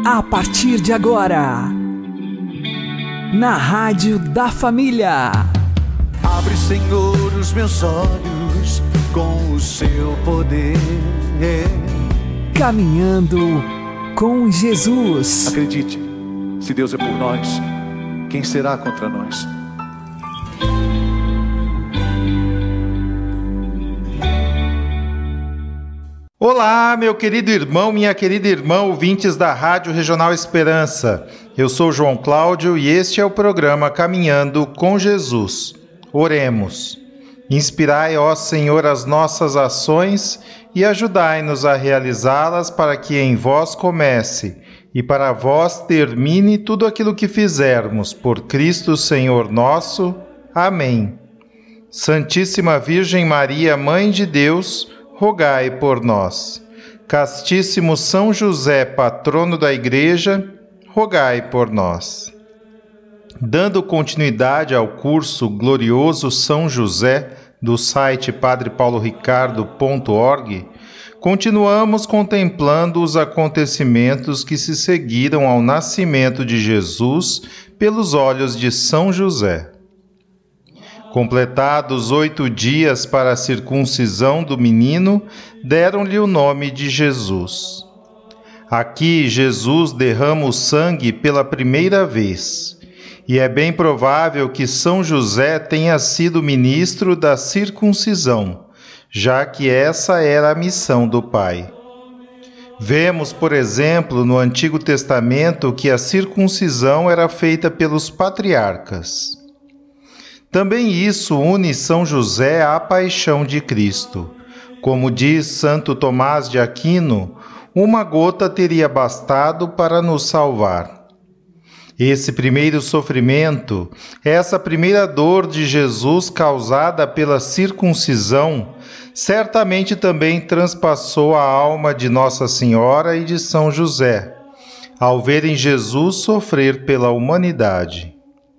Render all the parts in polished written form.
A partir de agora, na Rádio da Família. Abre, Senhor, os meus olhos com o seu poder. Caminhando com Jesus. Acredite, se Deus é por nós, quem será contra nós? Olá, meu querido irmão, minha querida irmã, ouvintes da Rádio Regional Esperança. Eu sou João Cláudio e este é o programa Caminhando com Jesus. Oremos. Inspirai, ó Senhor, as nossas ações e ajudai-nos a realizá-las para que em vós comece e para vós termine tudo aquilo que fizermos. Por Cristo, Senhor nosso. Amém. Santíssima Virgem Maria, Mãe de Deus, rogai por nós. Castíssimo São José, patrono da Igreja, rogai por nós. Dando continuidade ao curso Glorioso São José, do site padrepauloricardo.org, continuamos contemplando os acontecimentos que se seguiram ao nascimento de Jesus pelos olhos de São José. Completados 8 dias para a circuncisão do menino, deram-lhe o nome de Jesus. Aqui Jesus derrama o sangue pela primeira vez, e é bem provável que São José tenha sido ministro da circuncisão, já que essa era a missão do Pai. Vemos, por exemplo, no Antigo Testamento que a circuncisão era feita pelos patriarcas. Também isso une São José à paixão de Cristo. Como diz Santo Tomás de Aquino, uma gota teria bastado para nos salvar. Esse primeiro sofrimento, essa primeira dor de Jesus causada pela circuncisão, certamente também transpassou a alma de Nossa Senhora e de São José, ao verem Jesus sofrer pela humanidade.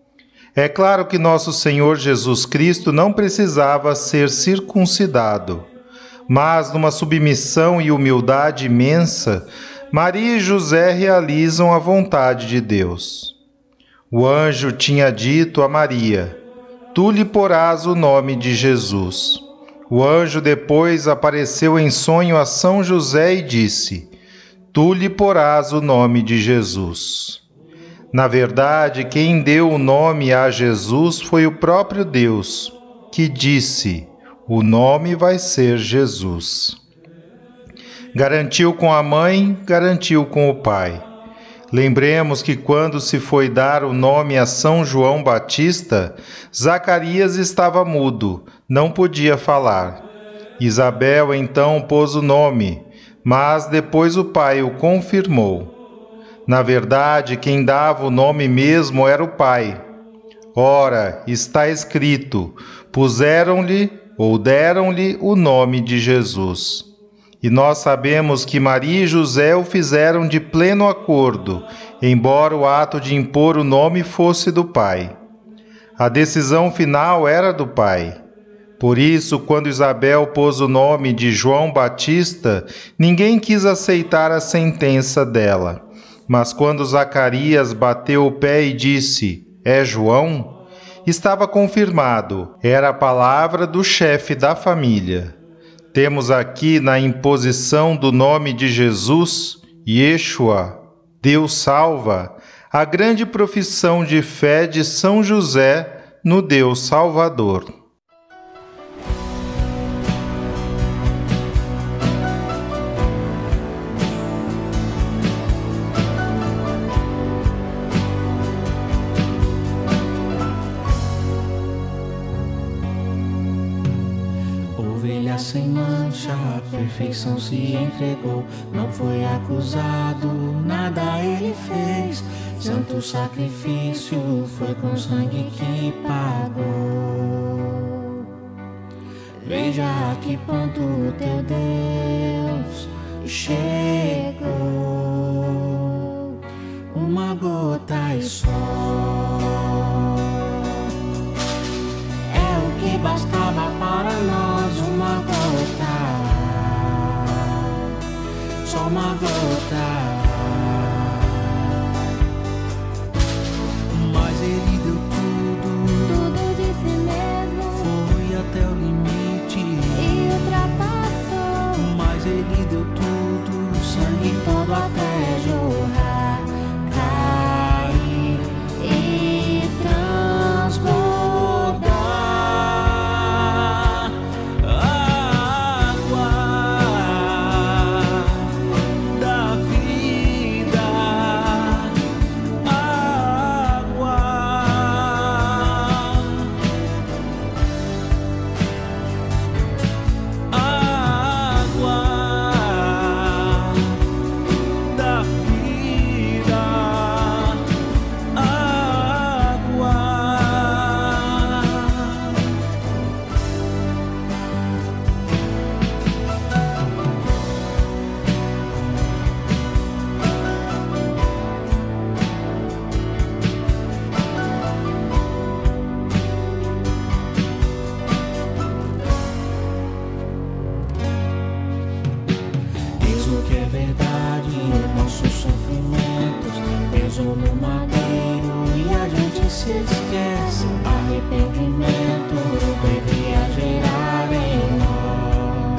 É claro que nosso Senhor Jesus Cristo não precisava ser circuncidado, mas numa submissão e humildade imensa, Maria e José realizam a vontade de Deus. O anjo tinha dito a Maria: "Tu lhe porás o nome de Jesus." O anjo depois apareceu em sonho a São José e disse: "Tu lhe porás o nome de Jesus." Na verdade, quem deu o nome a Jesus foi o próprio Deus, que disse: "O nome vai ser Jesus." Garantiu com a mãe, garantiu com o pai. Lembremos que quando se foi dar o nome a São João Batista, Zacarias estava mudo, não podia falar. Isabel então pôs o nome, mas depois o pai o confirmou. Na verdade, quem dava o nome mesmo era o Pai. Ora, está escrito: puseram-lhe ou deram-lhe o nome de Jesus. E nós sabemos que Maria e José o fizeram de pleno acordo, embora o ato de impor o nome fosse do Pai. A decisão final era do Pai. Por isso, quando Isabel pôs o nome de João Batista, ninguém quis aceitar a sentença dela. Mas quando Zacarias bateu o pé e disse: "É João?", estava confirmado, era a palavra do chefe da família. Temos aqui na imposição do nome de Jesus, Yeshua, Deus salva, a grande profissão de fé de São José no Deus Salvador. Ovelha sem mancha, a perfeição se entregou. Não foi acusado, nada ele fez. Santo sacrifício foi com sangue que pagou. Veja a que ponto o teu Deus chegou. Uma gota e só é o que bastava para nós. Uma gota, só uma gota. todo até jorrar, cair e transbordar. Água da vida, água, água da vida, água. Eis o que é verdade, nossos sofrimentos pesam no madeiro e a gente se esquece. Arrependimento devia gerar em nós,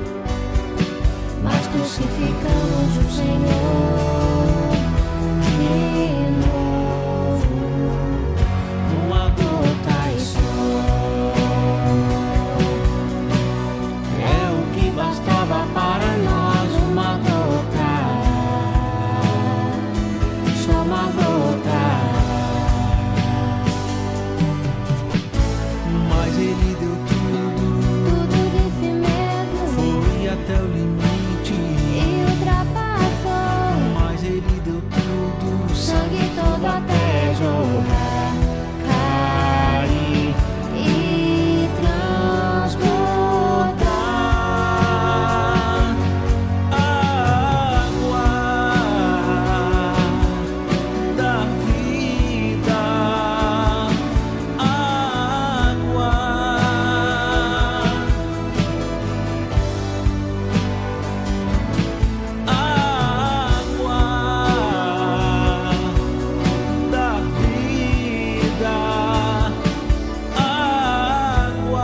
mas crucificamos o Senhor de novo, numa gota e só. É o que bastava para nós, uma gota, só uma gota. Mas ele deu tudo Tudo de si mesmo foi até o limite. e ultrapassou. Mas ele deu tudo, Sangue todo até jorrar, cair e transbordar. água da vida, água, água da vida, água.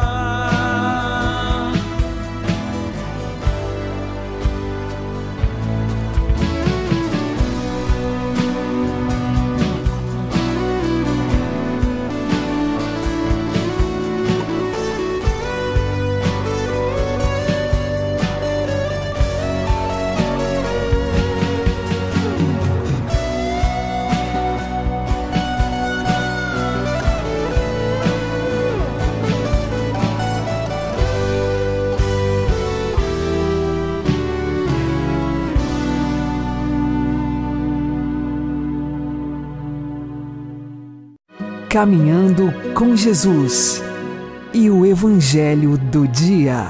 Caminhando com Jesus e o Evangelho do Dia.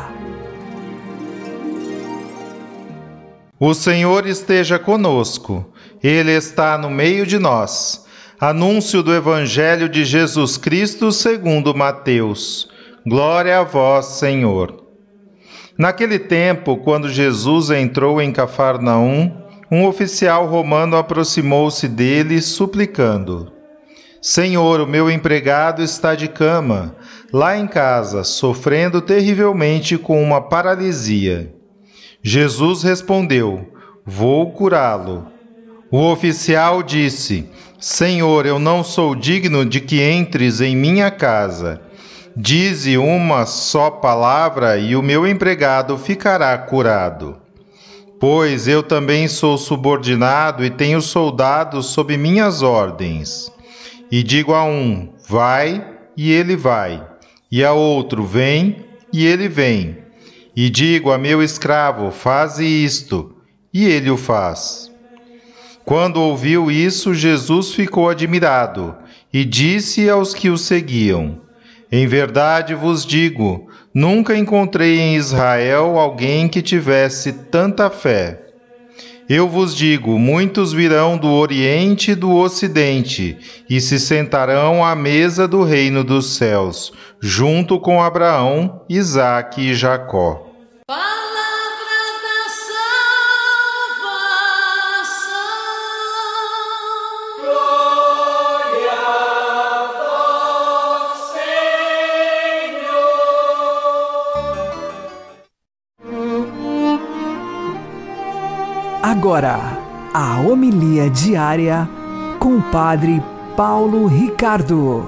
O Senhor esteja conosco, Ele está no meio de nós. Anúncio do Evangelho de Jesus Cristo segundo Mateus. Glória a vós, Senhor. Naquele tempo, quando Jesus entrou em Cafarnaum, um oficial romano aproximou-se dele, suplicando: Senhor, o meu empregado está de cama, lá em casa, sofrendo terrivelmente com uma paralisia. Jesus respondeu: Vou curá-lo. O oficial disse: Senhor, eu não sou digno de que entres em minha casa. Dize uma só palavra e o meu empregado ficará curado. Pois eu também sou subordinado e tenho soldados sob minhas ordens. E digo a um: vai, e ele vai. E a outro: vem, e ele vem. E digo a meu escravo: faze isto, e ele o faz. Quando ouviu isso, Jesus ficou admirado e disse aos que o seguiam: Em verdade vos digo, nunca encontrei em Israel alguém que tivesse tanta fé. Eu vos digo, muitos virão do Oriente e do Ocidente e se sentarão à mesa do reino dos céus, junto com Abraão, Isaque e Jacó. Palavra da salvação. Glória a vós, Senhor. Agora, A homilia diária com o Padre Paulo Ricardo.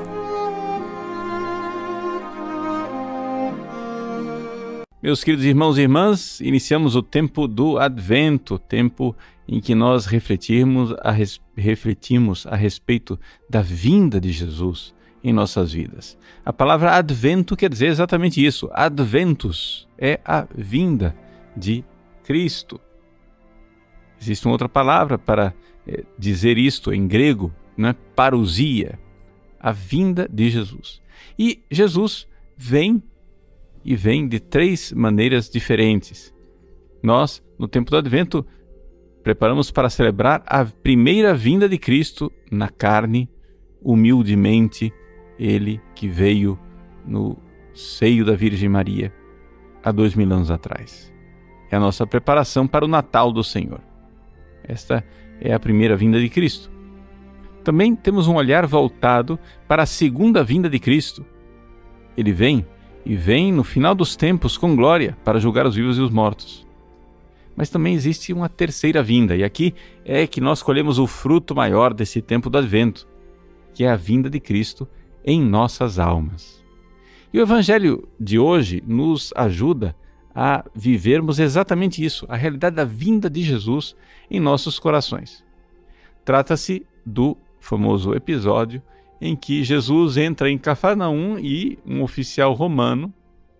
Meus queridos irmãos e irmãs, iniciamos o tempo do Advento, tempo em que nós refletimos a respeito da vinda de Jesus em nossas vidas. A palavra Advento quer dizer exatamente isso. Adventus é a vinda de Cristo. Existe uma outra palavra para dizer isto em grego, né? Parousia, a vinda de Jesus. E Jesus vem de três maneiras diferentes. Nós, no tempo do Advento, preparamos para celebrar a primeira vinda de Cristo na carne, humildemente, Ele que veio no seio da Virgem Maria há 2000 anos atrás. É a nossa preparação para o Natal do Senhor. Esta é a primeira vinda de Cristo. Também temos um olhar voltado para a segunda vinda de Cristo. Ele vem no final dos tempos com glória para julgar os vivos e os mortos. Mas também existe uma terceira vinda, e aqui é que nós colhemos o fruto maior desse tempo do Advento, que é a vinda de Cristo em nossas almas. E o Evangelho de hoje nos ajuda a vivermos exatamente isso, a realidade da vinda de Jesus em nossos corações. Trata-se do famoso episódio em que Jesus entra em Cafarnaum e um oficial romano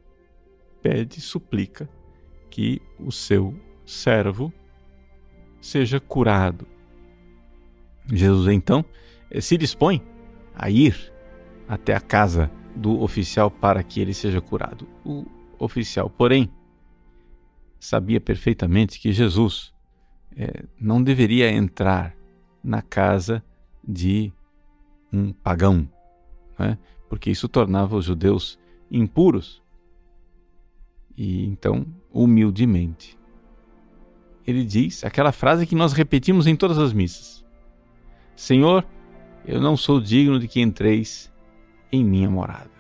suplica que o seu servo seja curado. Jesus então se dispõe a ir até a casa do oficial para que ele seja curado. O oficial, porém, sabia perfeitamente que Jesus não deveria entrar na casa de um pagão, né? Porque isso tornava os judeus impuros. E então, humildemente, ele diz aquela frase que nós repetimos em todas as missas: Senhor, eu não sou digno de que entreis em minha morada,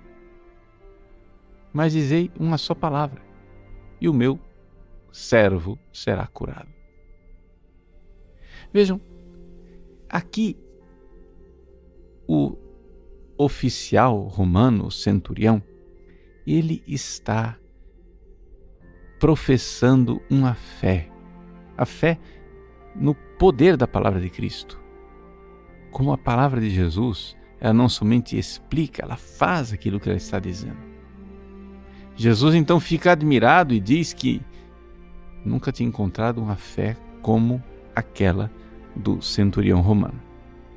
mas dizei uma só palavra, e o meu servo será curado. Vejam, aqui o oficial romano, o centurião, ele está professando uma fé, a fé no poder da palavra de Cristo. Como a palavra de Jesus, ela não somente explica, ela faz aquilo que ela está dizendo. Jesus então fica admirado e diz que nunca tinha encontrado uma fé como aquela do centurião romano.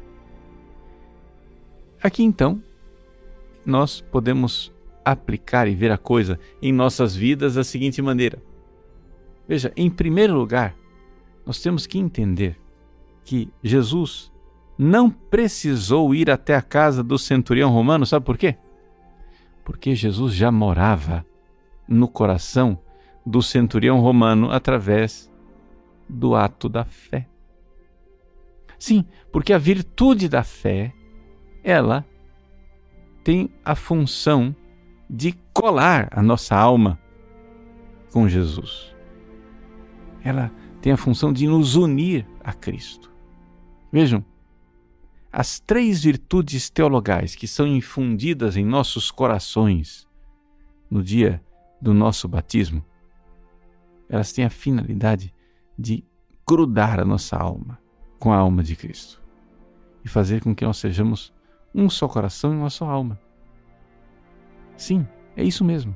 Aqui então, nós podemos aplicar e ver a coisa em nossas vidas da seguinte maneira. Veja, em primeiro lugar, nós temos que entender que Jesus não precisou ir até a casa do centurião romano, sabe por quê? Porque Jesus já morava no coração do centurião romano através do ato da fé. Sim, porque a virtude da fé, ela tem a função de colar a nossa alma com Jesus. Ela tem a função de nos unir a Cristo. Vejam, as três virtudes teologais que são infundidas em nossos corações no dia do nosso batismo, elas têm a finalidade de grudar a nossa alma com a alma de Cristo e fazer com que nós sejamos um só coração e uma só alma. Sim, é isso mesmo.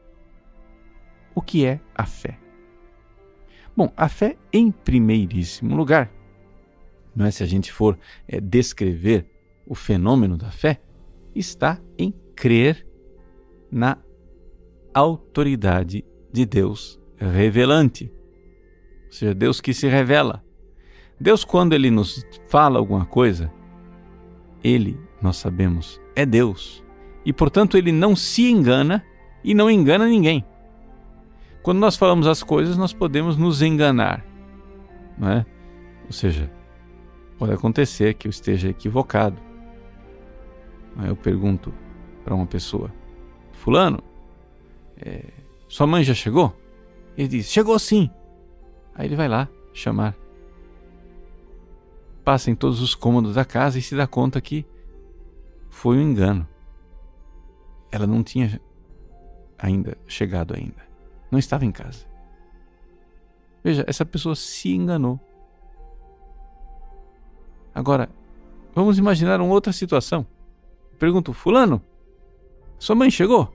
O que é a fé? Bom, a fé, em primeiríssimo lugar, não é, se a gente for descrever o fenômeno da fé, está em crer na autoridade de Deus revelante. Ou seja, Deus que se revela. Deus, quando Ele nos fala alguma coisa, Ele, nós sabemos, é Deus. E, portanto, Ele não se engana e não engana ninguém. Quando nós falamos as coisas, nós podemos nos enganar, não é? Ou seja, pode acontecer que eu esteja equivocado. Eu pergunto para uma pessoa: fulano, sua mãe já chegou? Ele diz: chegou sim. Aí ele vai lá chamar. passa em todos os cômodos da casa e se dá conta que foi um engano. Ela não tinha chegado ainda. Não estava em casa. Veja, essa pessoa se enganou. Agora, vamos imaginar uma outra situação. Pergunto: fulano, sua mãe chegou?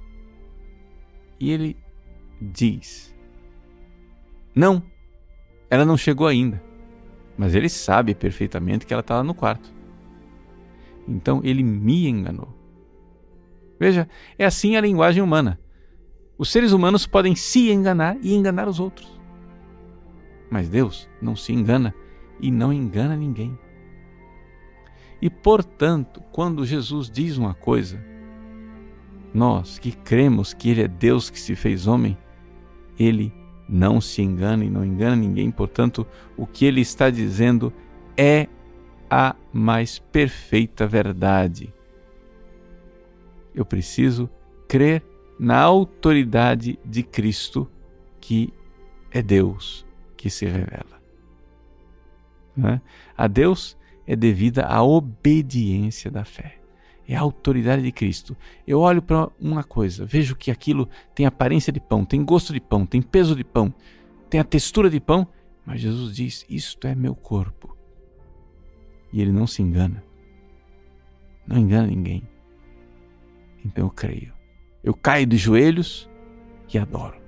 E ele diz: não, ela não chegou ainda. Mas ele sabe perfeitamente que ela está lá no quarto. Então ele me enganou. Veja, é assim a linguagem humana. Os seres humanos podem se enganar e enganar os outros. Mas Deus não se engana e não engana ninguém. E, portanto, quando Jesus diz uma coisa, nós que cremos que Ele é Deus que se fez homem, Ele não se engana e não engana ninguém. Portanto, o que Ele está dizendo é a mais perfeita verdade. Eu preciso crer na autoridade de Cristo, que é Deus que se revela. Né? A Deus é devida a obediência da fé. É a autoridade de Cristo. Eu olho para uma coisa, vejo que aquilo tem aparência de pão, tem gosto de pão, tem peso de pão, tem a textura de pão, mas Jesus diz: isto é meu corpo. E Ele não se engana. Não engana ninguém. Então eu creio. Eu caio de joelhos e adoro.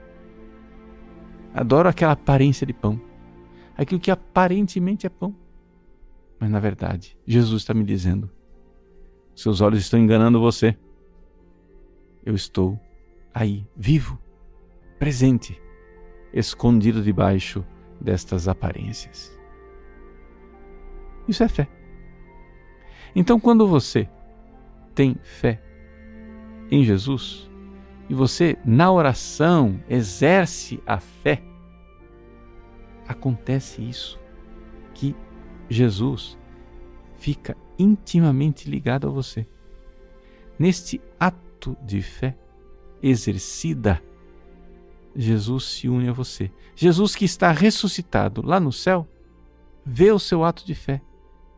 Adoro aquela aparência de pão. Aquilo que aparentemente é pão. Mas na verdade, Jesus está me dizendo: seus olhos estão enganando você. Eu estou aí, vivo, presente, escondido debaixo destas aparências. Isso é fé. Então, quando você tem fé em Jesus e você, na oração, exerce a fé, acontece isso, que Jesus fica intimamente ligado a você. Neste ato de fé exercida, Jesus se une a você. Jesus, que está ressuscitado lá no céu, vê o seu ato de fé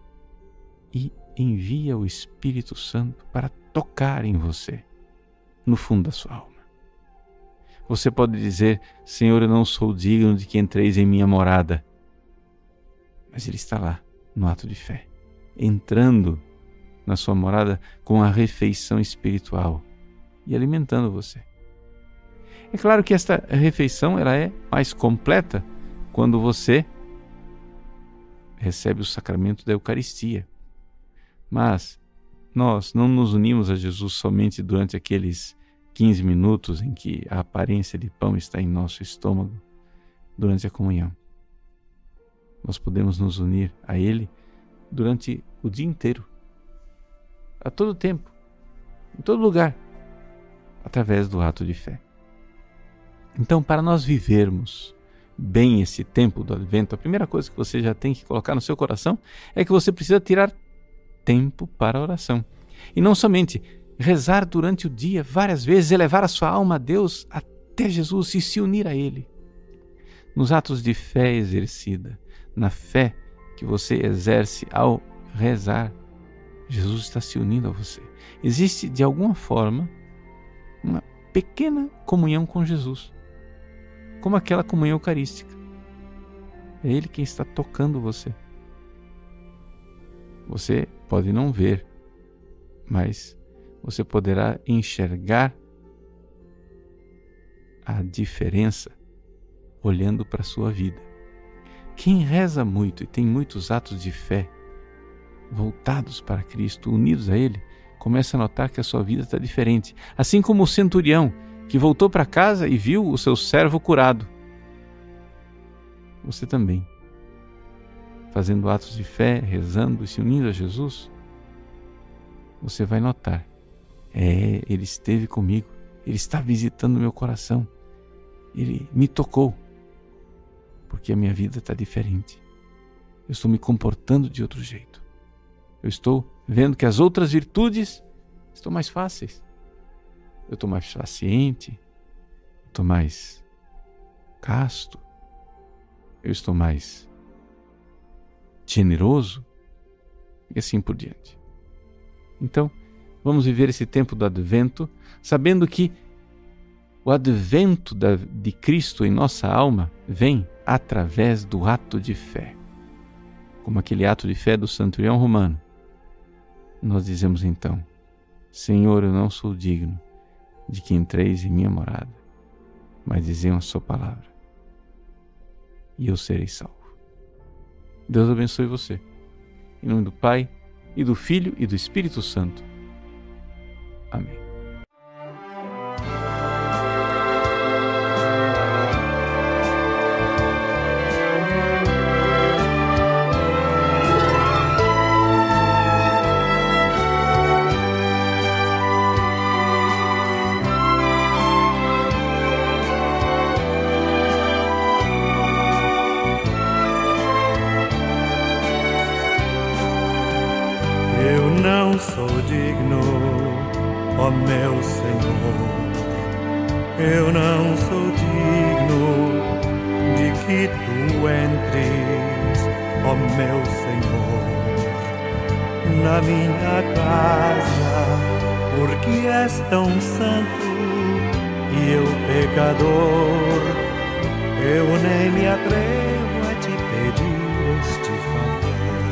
e envia o Espírito Santo para tocar em você, no fundo da sua alma. Você pode dizer: Senhor, eu não sou digno de que entreis em minha morada. Mas Ele está lá, no ato de fé, entrando na sua morada com a refeição espiritual e alimentando você. É claro que esta refeição ela é mais completa quando você recebe o sacramento da Eucaristia. Mas nós não nos unimos a Jesus somente durante aqueles 15 minutos em que a aparência de pão está em nosso estômago durante a comunhão. Nós podemos nos unir a Ele durante o dia inteiro, a todo tempo, em todo lugar, através do ato de fé. Então, para nós vivermos bem esse tempo do Advento, a primeira coisa que você já tem que colocar no seu coração é que você precisa tirar tempo para a oração. E não somente rezar durante o dia várias vezes, elevar a sua alma a Deus até Jesus e se unir a Ele. Nos atos de fé exercida, na fé que você exerce ao rezar, Jesus está se unindo a você. Existe, de alguma forma, uma pequena comunhão com Jesus, como aquela comunhão eucarística. É Ele quem está tocando você. Você pode não ver, mas você poderá enxergar a diferença olhando para a sua vida. Quem reza muito e tem muitos atos de fé voltados para Cristo, unidos a Ele, começa a notar que a sua vida está diferente. Assim como o centurião que voltou para casa e viu o seu servo curado. Você também, fazendo atos de fé, rezando e se unindo a Jesus, você vai notar: Ele esteve comigo, Ele está visitando meu coração, Ele me tocou, porque a minha vida está diferente. Eu estou me comportando de outro jeito. Eu estou vendo que as outras virtudes estão mais fáceis. Eu estou mais paciente, estou mais casto, eu estou mais generoso e assim por diante. Então, vamos viver esse tempo do Advento sabendo que o advento de Cristo em nossa alma vem através do ato de fé. Como aquele ato de fé do centurião romano. Nós dizemos então: Senhor, eu não sou digno de que entreis em minha morada, mas dizei a sua palavra e eu serei salvo. Deus abençoe você. Em nome do Pai, e do Filho e do Espírito Santo. Amém. Não sou digno, ó meu Senhor, eu não sou digno de que tu entres, ó meu Senhor, na minha casa, porque és tão santo e eu pecador, eu nem me atrevo a te pedir este favor.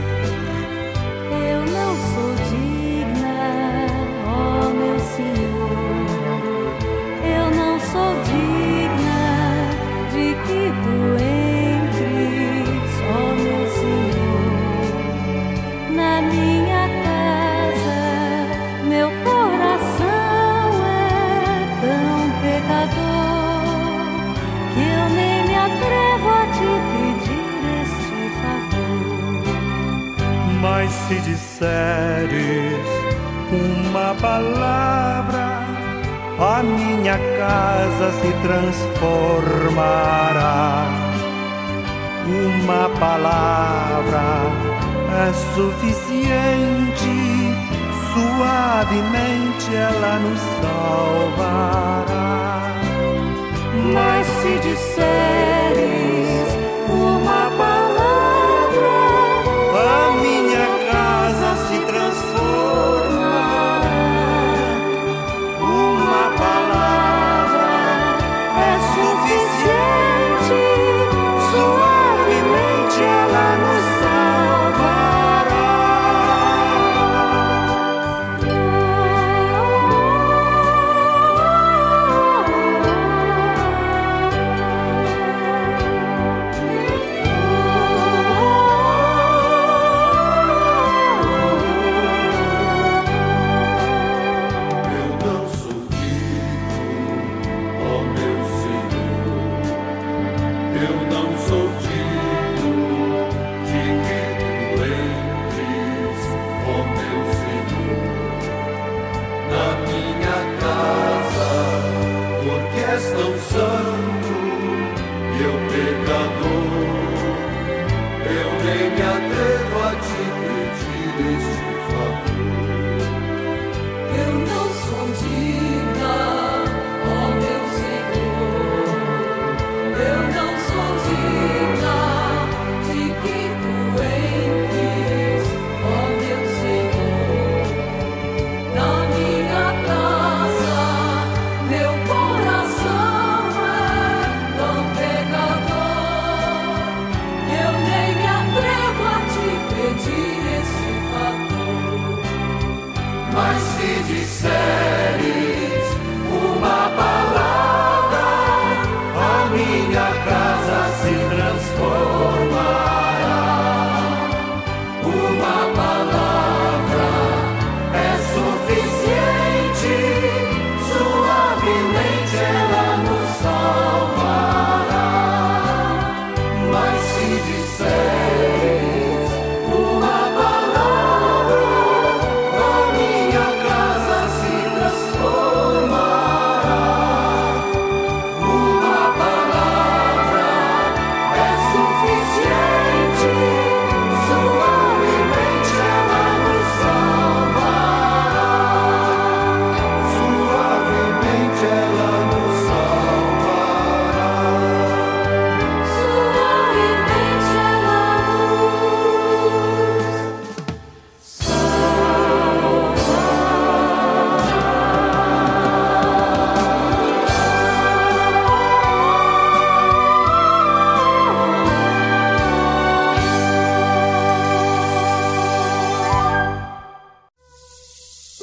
Mas se disseres uma palavra, a minha casa se transformará. Uma palavra é suficiente, suavemente ela nos salvará. Mas se disseres uma palavra, a minha casa se transformará. Uma palavra é suficiente, suavemente ela nos salvará.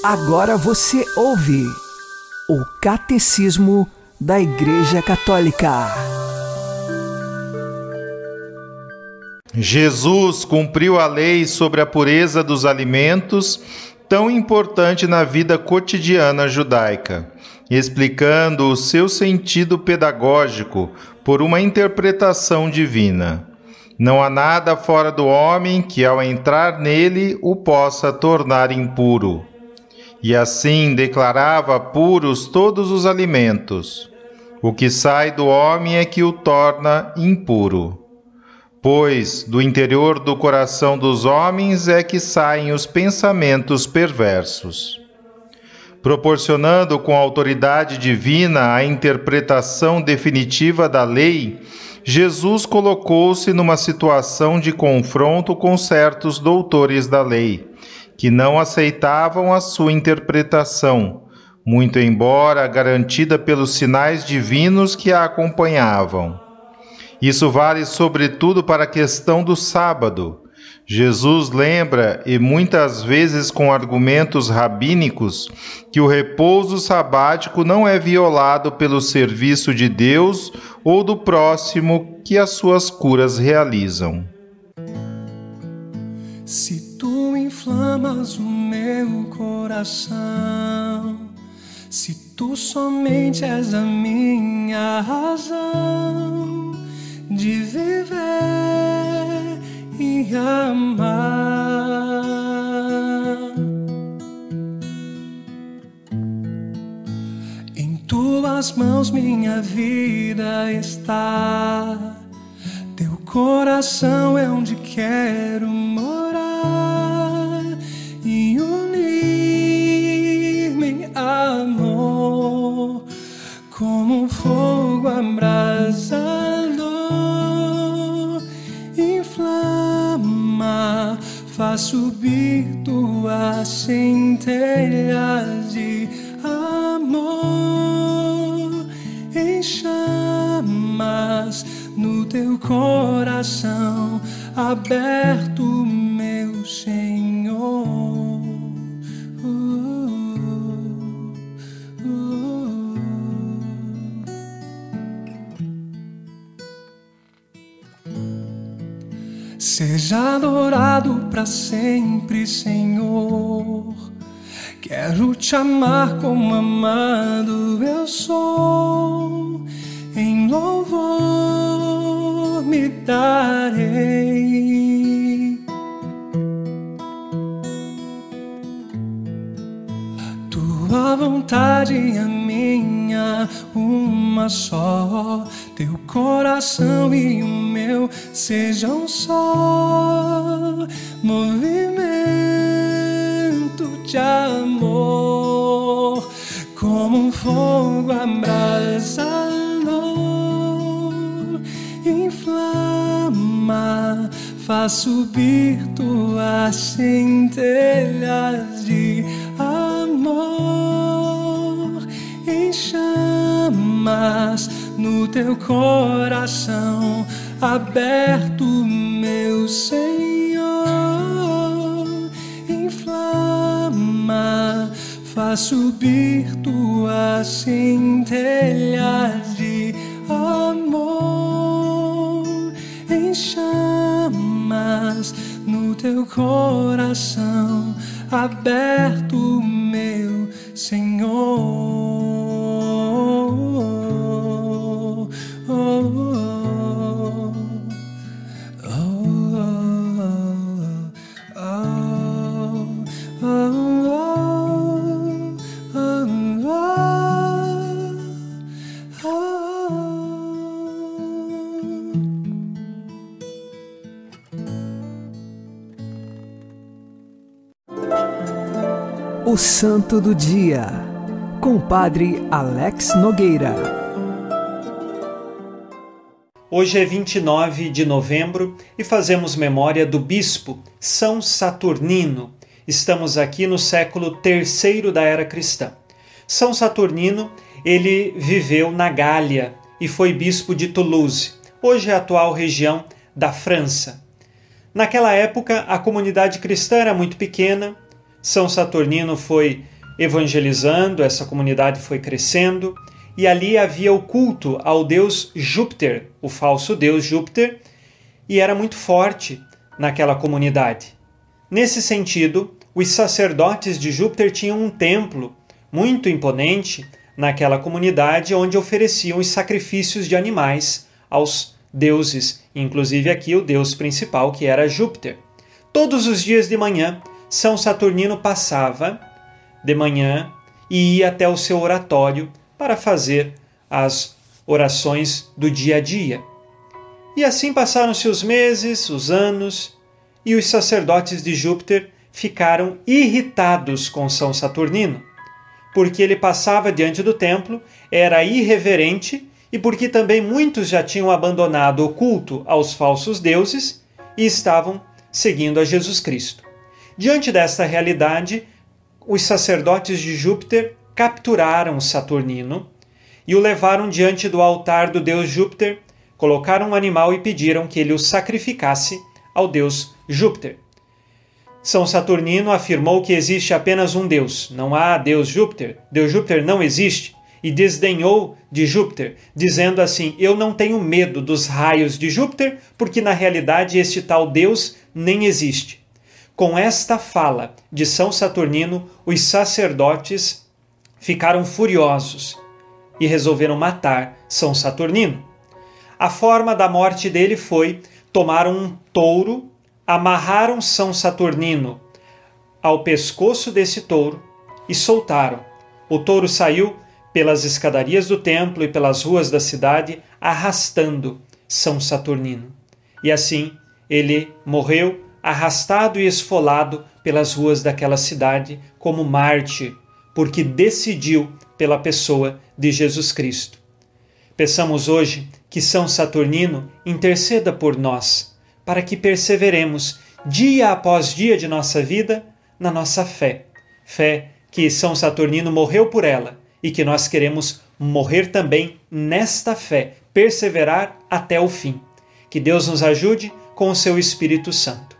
Agora você ouve o Catecismo da Igreja Católica. Jesus cumpriu a lei sobre a pureza dos alimentos, tão importante na vida cotidiana judaica, explicando o seu sentido pedagógico por uma interpretação divina. Não há nada fora do homem que, ao entrar nele, o possa tornar impuro. E assim declarava puros todos os alimentos. O que sai do homem é que o torna impuro. Pois do interior do coração dos homens é que saem os pensamentos perversos. Proporcionando com a autoridade divina a interpretação definitiva da lei, Jesus colocou-se numa situação de confronto com certos doutores da lei, que não aceitavam a sua interpretação, muito embora garantida pelos sinais divinos que a acompanhavam. Isso vale sobretudo para a questão do sábado. Jesus lembra, e muitas vezes com argumentos rabínicos, que o repouso sabático não é violado pelo serviço de Deus ou do próximo que as suas curas realizam. Se tu inflamas o meu coração, se tu somente és a minha razão de viver e amar, em tuas mãos minha vida está. Teu coração é onde quero morar e unir-me em amor, como um fogo abrasador. Inflama, faz subir tuas centelhas de amor em chamas no teu coração aberto, meu Senhor. Seja adorado para sempre, Senhor. Quero te amar como amado eu sou. Em louvor me darei. Tua vontade e a minha, uma só. Teu coração e o meu sejam só. Movimento de amor, como um fogo abrasador. Inflama, faz subir tuas centelhas de amor em chamas no teu coração aberto, meu Senhor. Inflama, faz subir tuas centelhas de amor em chamas no teu coração aberto, meu Senhor. O Santo do Dia, com o Padre Alex Nogueira. Hoje é 29 de novembro e fazemos memória do bispo São Saturnino. Estamos aqui no século III da era cristã. São Saturnino, ele viveu na Gália e foi bispo de Toulouse, hoje é a atual região da França. Naquela época, a comunidade cristã era muito pequena. São Saturnino foi evangelizando, essa comunidade foi crescendo, e ali havia o culto ao deus Júpiter, o falso deus Júpiter, e era muito forte naquela comunidade. Nesse sentido, os sacerdotes de Júpiter tinham um templo muito imponente naquela comunidade, onde ofereciam os sacrifícios de animais aos deuses, inclusive aqui o deus principal, que era Júpiter. Todos os dias de manhã, São Saturnino passava de manhã e ia até o seu oratório para fazer as orações do dia a dia. E assim passaram-se os meses, os anos, e os sacerdotes de Júpiter ficaram irritados com São Saturnino, porque ele passava diante do templo, era irreverente e porque também muitos já tinham abandonado o culto aos falsos deuses e estavam seguindo a Jesus Cristo. Diante desta realidade, os sacerdotes de Júpiter capturaram Saturnino e o levaram diante do altar do deus Júpiter, colocaram um animal e pediram que ele o sacrificasse ao deus Júpiter. São Saturnino afirmou que existe apenas um Deus, não há Deus Júpiter, Deus Júpiter não existe, e desdenhou de Júpiter, dizendo assim: eu não tenho medo dos raios de Júpiter, porque na realidade este tal Deus nem existe. Com esta fala de São Saturnino, os sacerdotes ficaram furiosos e resolveram matar São Saturnino. A forma da morte dele foi: tomaram um touro, amarraram São Saturnino ao pescoço desse touro e soltaram. O touro saiu pelas escadarias do templo e pelas ruas da cidade, arrastando São Saturnino. E assim ele morreu arrastado e esfolado pelas ruas daquela cidade como mártir, porque decidiu pela pessoa de Jesus Cristo. Peçamos hoje que São Saturnino interceda por nós, para que perseveremos dia após dia de nossa vida na nossa fé. Fé que São Saturnino morreu por ela e que nós queremos morrer também nesta fé, perseverar até o fim. Que Deus nos ajude com o seu Espírito Santo.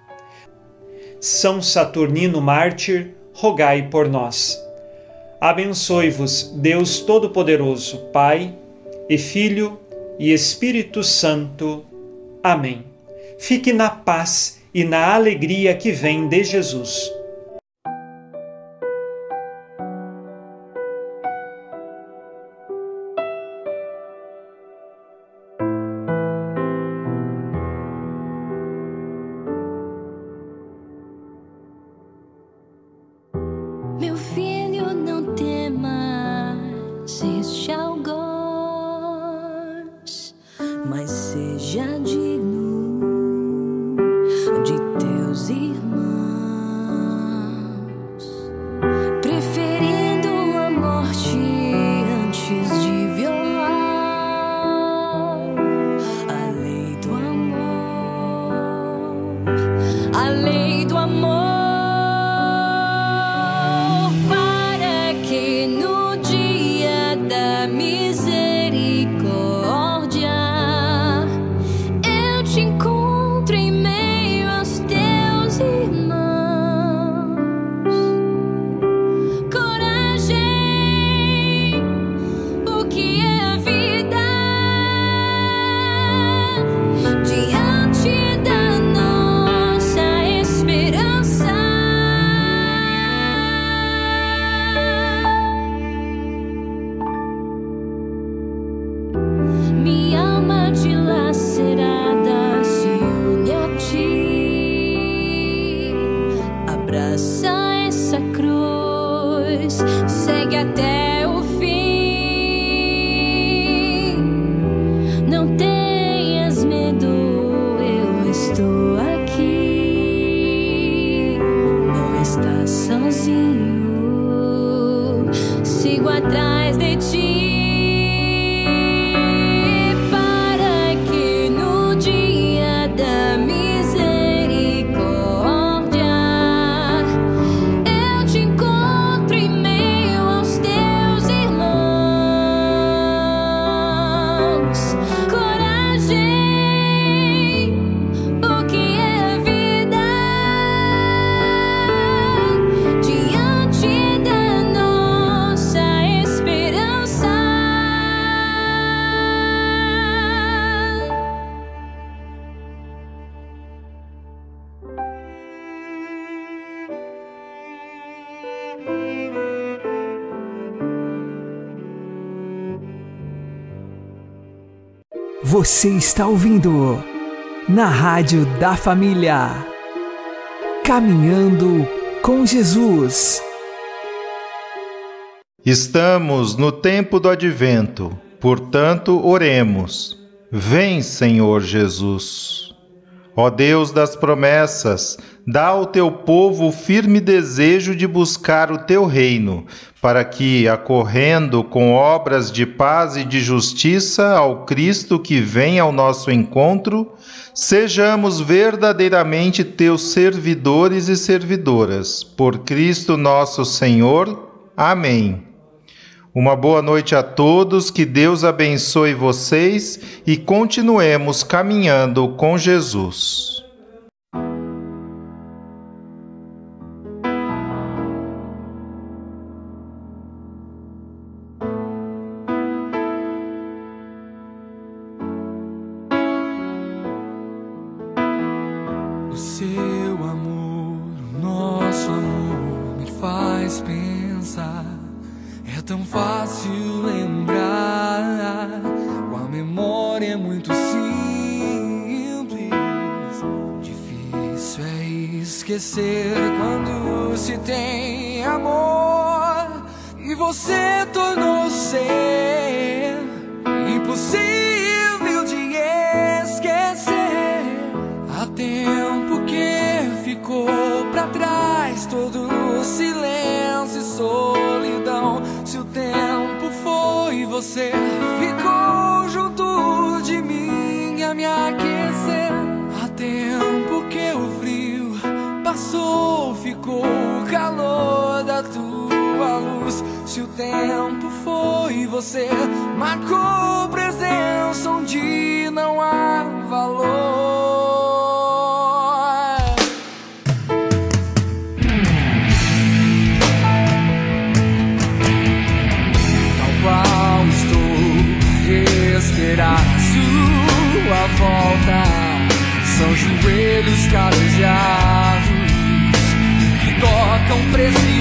São Saturnino mártir, rogai por nós. Abençoe-vos Deus Todo-Poderoso, Pai e Filho e Espírito Santo. Amém. Fique na paz e na alegria que vem de Jesus. Meu filho, não temas este algoz, mas seja digno de teus irmãos, preferindo a morte antes de violar a lei do amor, a lei do amor, para que no dia da misericórdia eu te encontre em meio aos teus irmãos. Coragem, o que é a vida diante da nossa esperança. Minha alma dilacerada se une a ti, abraça essa cruz, segue até o fim. Não tenhas medo, eu estou aqui. Não estás sozinho, sigo atrás de ti. Para que no dia da misericórdia eu te encontre em meio aos teus irmãos. Coragem, o que é a vida Você está ouvindo na Rádio da Família. Caminhando com Jesus. Estamos no tempo do Advento, portanto, oremos. Vem, Senhor Jesus. Ó Deus das promessas, dá ao teu povo o firme desejo de buscar o teu reino, para que, acorrendo com obras de paz e de justiça ao Cristo que vem ao nosso encontro, sejamos verdadeiramente teus servidores e servidoras. Por Cristo nosso Senhor. Amém. Uma boa noite a todos, que Deus abençoe vocês e continuemos caminhando com Jesus. O seu amor, o nosso amor me faz pensar. É tão fácil lembrar, com a memória é muito simples. Difícil é esquecer quando se tem amor. E você tornou ser impossível de esquecer. Há tempo que ficou pra trás todo o silêncio e solidão. Se o tempo foi, você ficou junto de mim a me aquecer. Há tempo que o frio passou, ficou o calor da tua luz. Se o tempo foi, você marcou presença onde não há valor. Esperar sua volta, são joelhos calejados que tocam preciso.